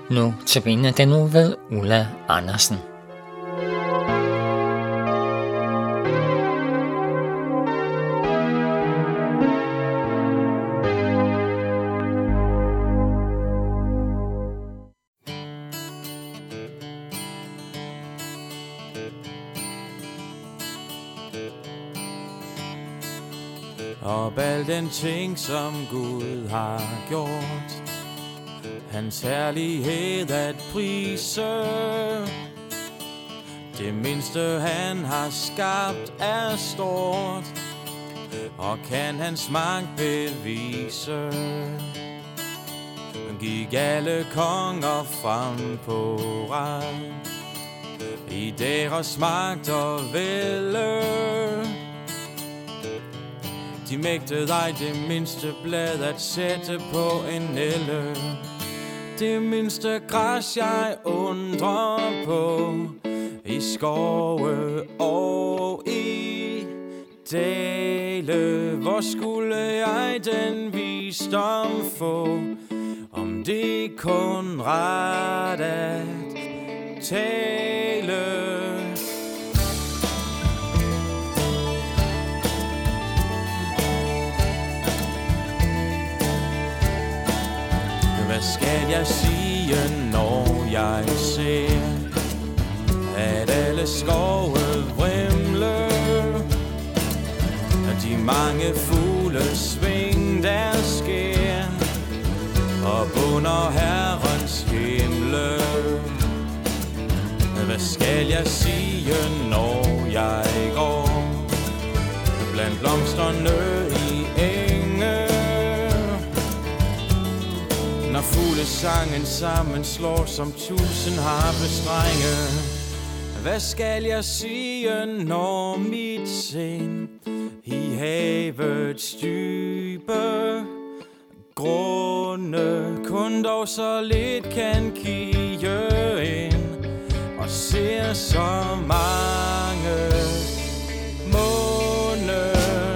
Nu tabiner den nu ved Ulla Andersen. Og al den ting, som Gud har gjort, hans herlighed at prise. Det mindste han har skabt er stort, og kan hans magt bevise. Han gik alle konger frem på rad i deres magt og vælde. De mægtede ej det mindste blad at sætte på en nælle. Det mindste græs jeg undrer på, i skove og i dale. Hvor skulle jeg den visdom få, om det kun ret at tale? Hvad skal jeg sige, når jeg ser, at alle skove vrimle, og de mange fugle sving deres skær op under Herrens himle? Hvad skal jeg sige, når jeg går blandt blomsterne i enge, når fuglesangen sammen slår som 1000 harpestrenge? Hvad skal jeg sige, når mit sind i havets dybe grunde kun dog så lidt kan kigge ind og ser så mange måne?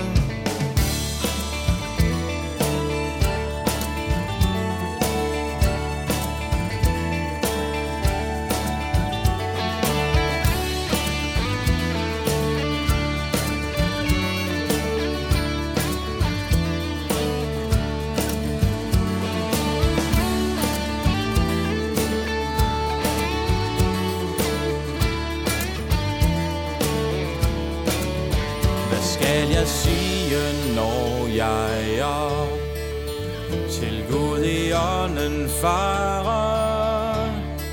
Skal jeg sige, når jeg er til Gud i ånden farer,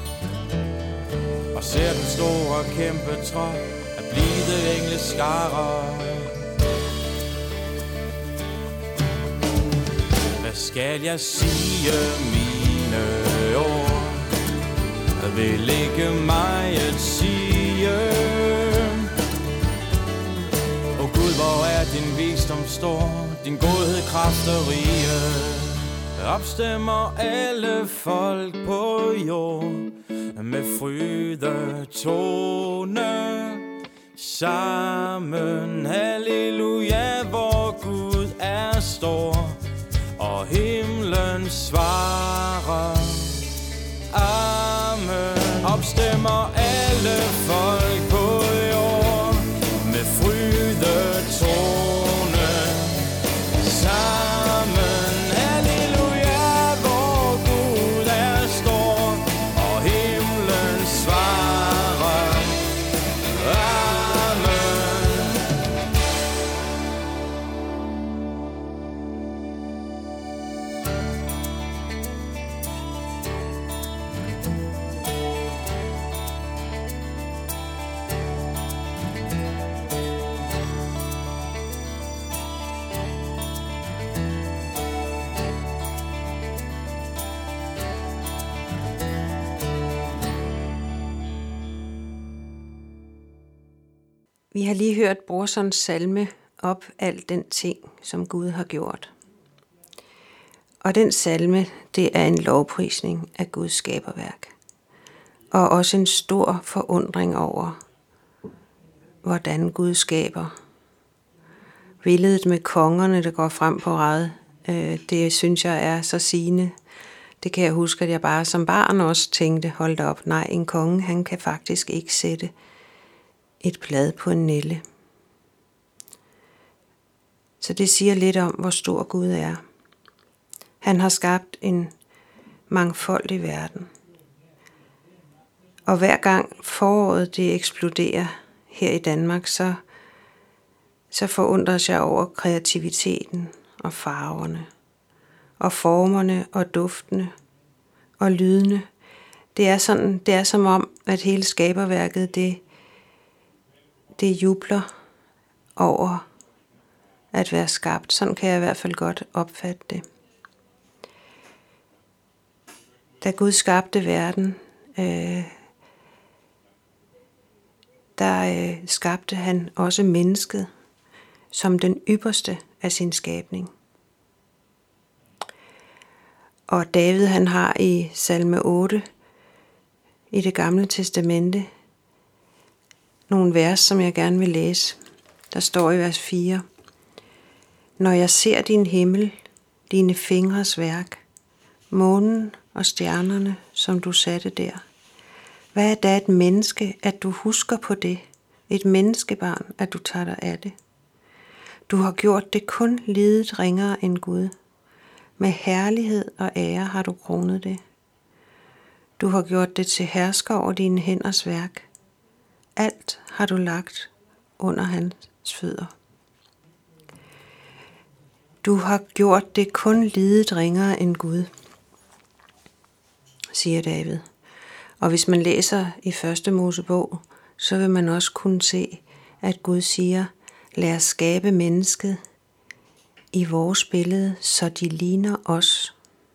og ser den store kæmpe trop af blide engleskarer? Hvad skal jeg sige, mine ord vil ikke mig at sige? Hvor er din visdom stor, din godhed kraft og rige, opstemmer alle folk på jord med frydetone sammen. Halleluja, hvor Gud er stor, og himlen svarer amen. Opstemmer alle folk på jord med frydetone sammen. Halleluja, hvor Gud er stor, og himlen svarer amen. Vi har lige hørt Brorsons salme op alt den ting, som Gud har gjort. Og den salme, det er en lovprisning af Guds skaberværk. Og også en stor forundring over, hvordan Gud skaber. Billedet med kongerne, der går frem på rad, det synes jeg er så sigende. Det kan jeg huske, at jeg bare som barn også tænkte, hold da op, nej, en konge, han kan faktisk ikke sætte et blad på en nælde. Så det siger lidt om, hvor stor Gud er. Han har skabt en mangfoldig verden. Og hver gang foråret det eksploderer her i Danmark, så forundres jeg over kreativiteten og farverne, og formerne og duftene og lydene. Det er som om, at hele skaberværket, det jubler over at være skabt. Sådan kan jeg i hvert fald godt opfatte det. Da Gud skabte verden, skabte han også mennesket som den ypperste af sin skabning. Og David, han har i salme 8 i det gamle testamente nogle vers, som jeg gerne vil læse. Der står i vers 4: Når jeg ser din himmel, dine fingres værk, månen og stjernerne, som du satte der. Hvad er da et menneske, at du husker på det? Et menneskebarn, at du tager dig af det? Du har gjort det kun lidet ringere end Gud. Med herlighed og ære har du kronet det. Du har gjort det til hersker over dine hænders værk. Alt har du lagt under hans fødder. Du har gjort det kun lidet ringere end Gud, siger David. Og hvis man læser i 1. Mosebog, så vil man også kunne se, at Gud siger, lad os skabe mennesket i vores billede, så de ligner os.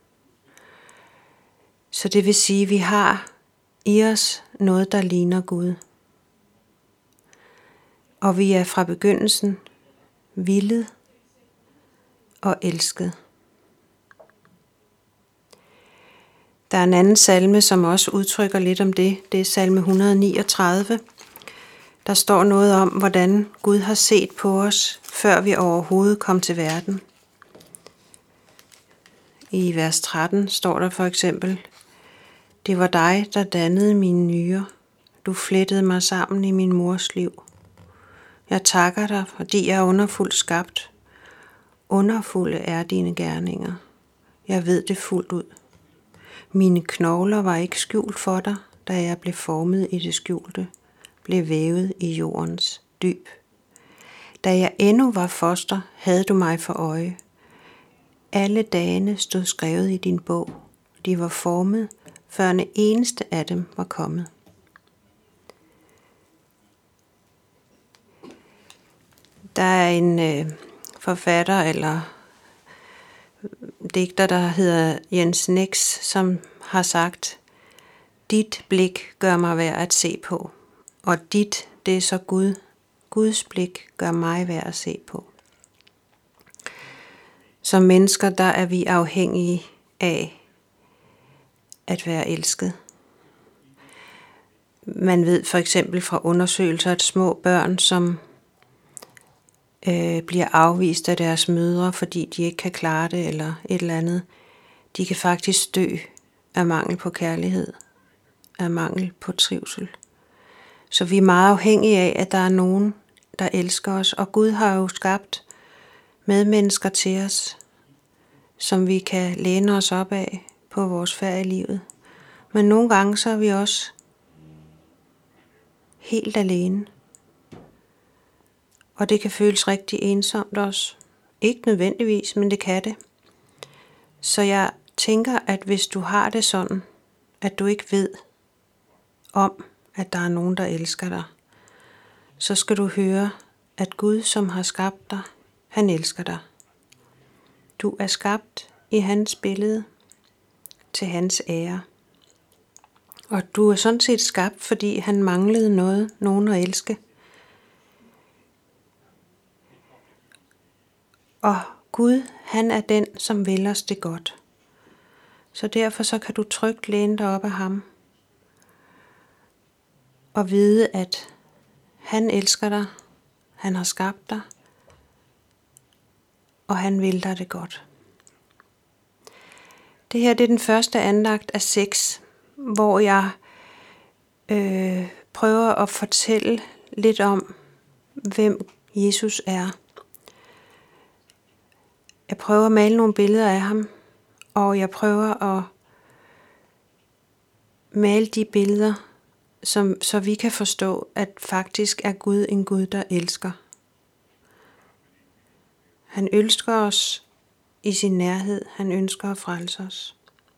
Så det vil sige, at vi har i os noget, der ligner Gud. Og vi er fra begyndelsen villet og elsket. Der er en anden salme, som også udtrykker lidt om det. Det er salme 139. Der står noget om, hvordan Gud har set på os, før vi overhovedet kom til verden. I vers 13 står der for eksempel: Det var dig, der dannede mine nyrer. Du flettede mig sammen i min mors liv. Jeg takker dig, fordi jeg er underfuldt skabt. Underfulde er dine gerninger. Jeg ved det fuldt ud. Mine knogler var ikke skjult for dig, da jeg blev formet i det skjulte, blev vævet i jordens dyb. Da jeg endnu var foster, havde du mig for øje. Alle dagene stod skrevet i din bog. De var formet, før en eneste af dem var kommet. Der er en forfatter eller digter, der hedder Jens Nix, som har sagt: Dit blik gør mig værd at se på, og dit, det er så Gud. Guds blik gør mig værd at se på. Som mennesker, der er vi afhængige af at være elsket. Man ved for eksempel fra undersøgelser, at små børn, som bliver afvist af deres mødre, fordi de ikke kan klare det eller et eller andet, de kan faktisk dø af mangel på kærlighed, af mangel på trivsel. Så vi er meget afhængige af, at der er nogen, der elsker os, og Gud har jo skabt medmennesker til os, som vi kan læne os op af på vores færd i livet. Men nogle gange så er vi også helt alene. Og det kan føles rigtig ensomt også. Ikke nødvendigvis, men det kan det. Så jeg tænker, at hvis du har det sådan, at du ikke ved om, at der er nogen, der elsker dig, så skal du høre, at Gud, som har skabt dig, han elsker dig. Du er skabt i hans billede, til hans ære. Og du er sådan set skabt, fordi han manglede nogen at elske. Og Gud, han er den, som vil os det godt. Så derfor så kan du trygt læne dig op af ham. Og vide, at han elsker dig. Han har skabt dig. Og han vil dig det godt. Det her det er den første andagt af 6, hvor jeg prøver at fortælle lidt om, hvem Jesus er. Jeg prøver at male nogle billeder af ham, og jeg prøver at male de billeder, så vi kan forstå, at faktisk er Gud en Gud, der elsker. Han ønsker os i sin nærhed. Han ønsker at frelse os.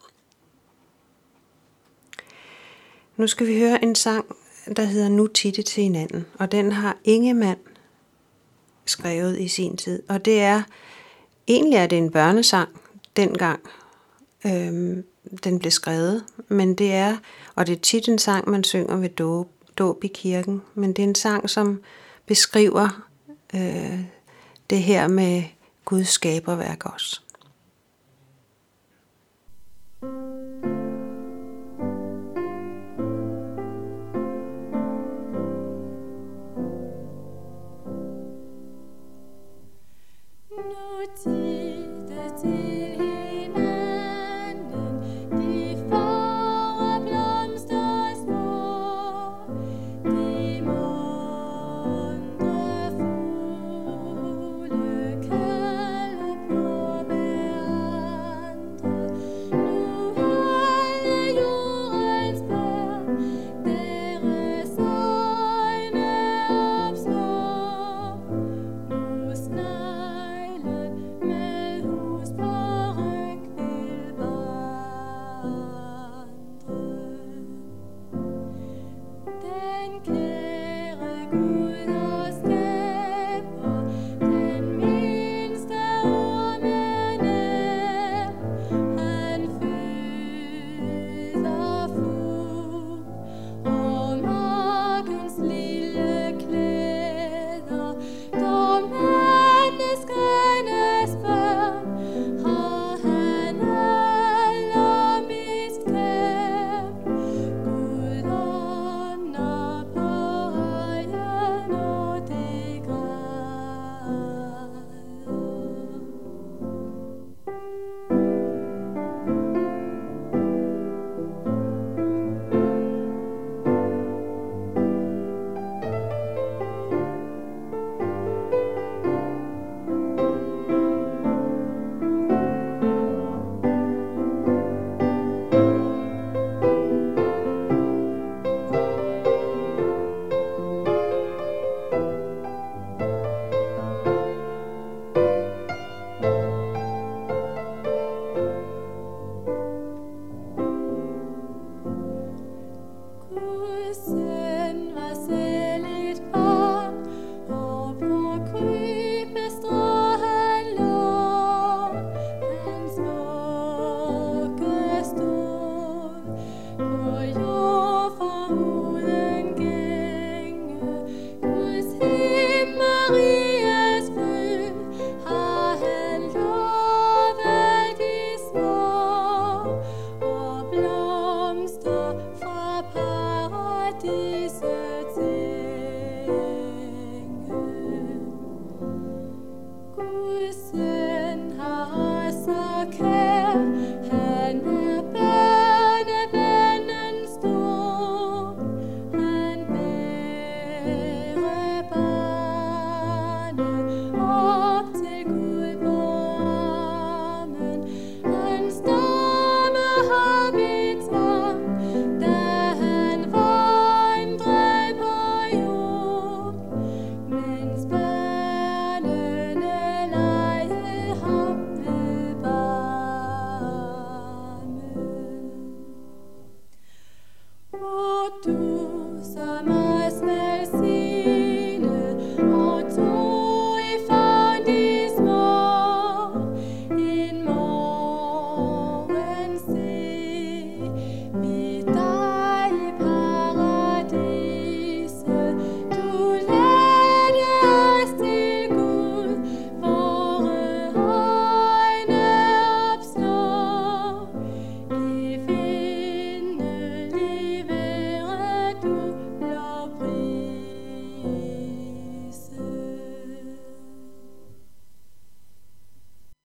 Nu skal vi høre en sang, der hedder Nu titte til hinanden, og den har Ingemann skrevet i sin tid. Og egentlig er det en børnesang dengang den blev skrevet, men det er tit en sang, man synger ved dåb i kirken, men det er en sang, som beskriver det her med Guds skaberværk også.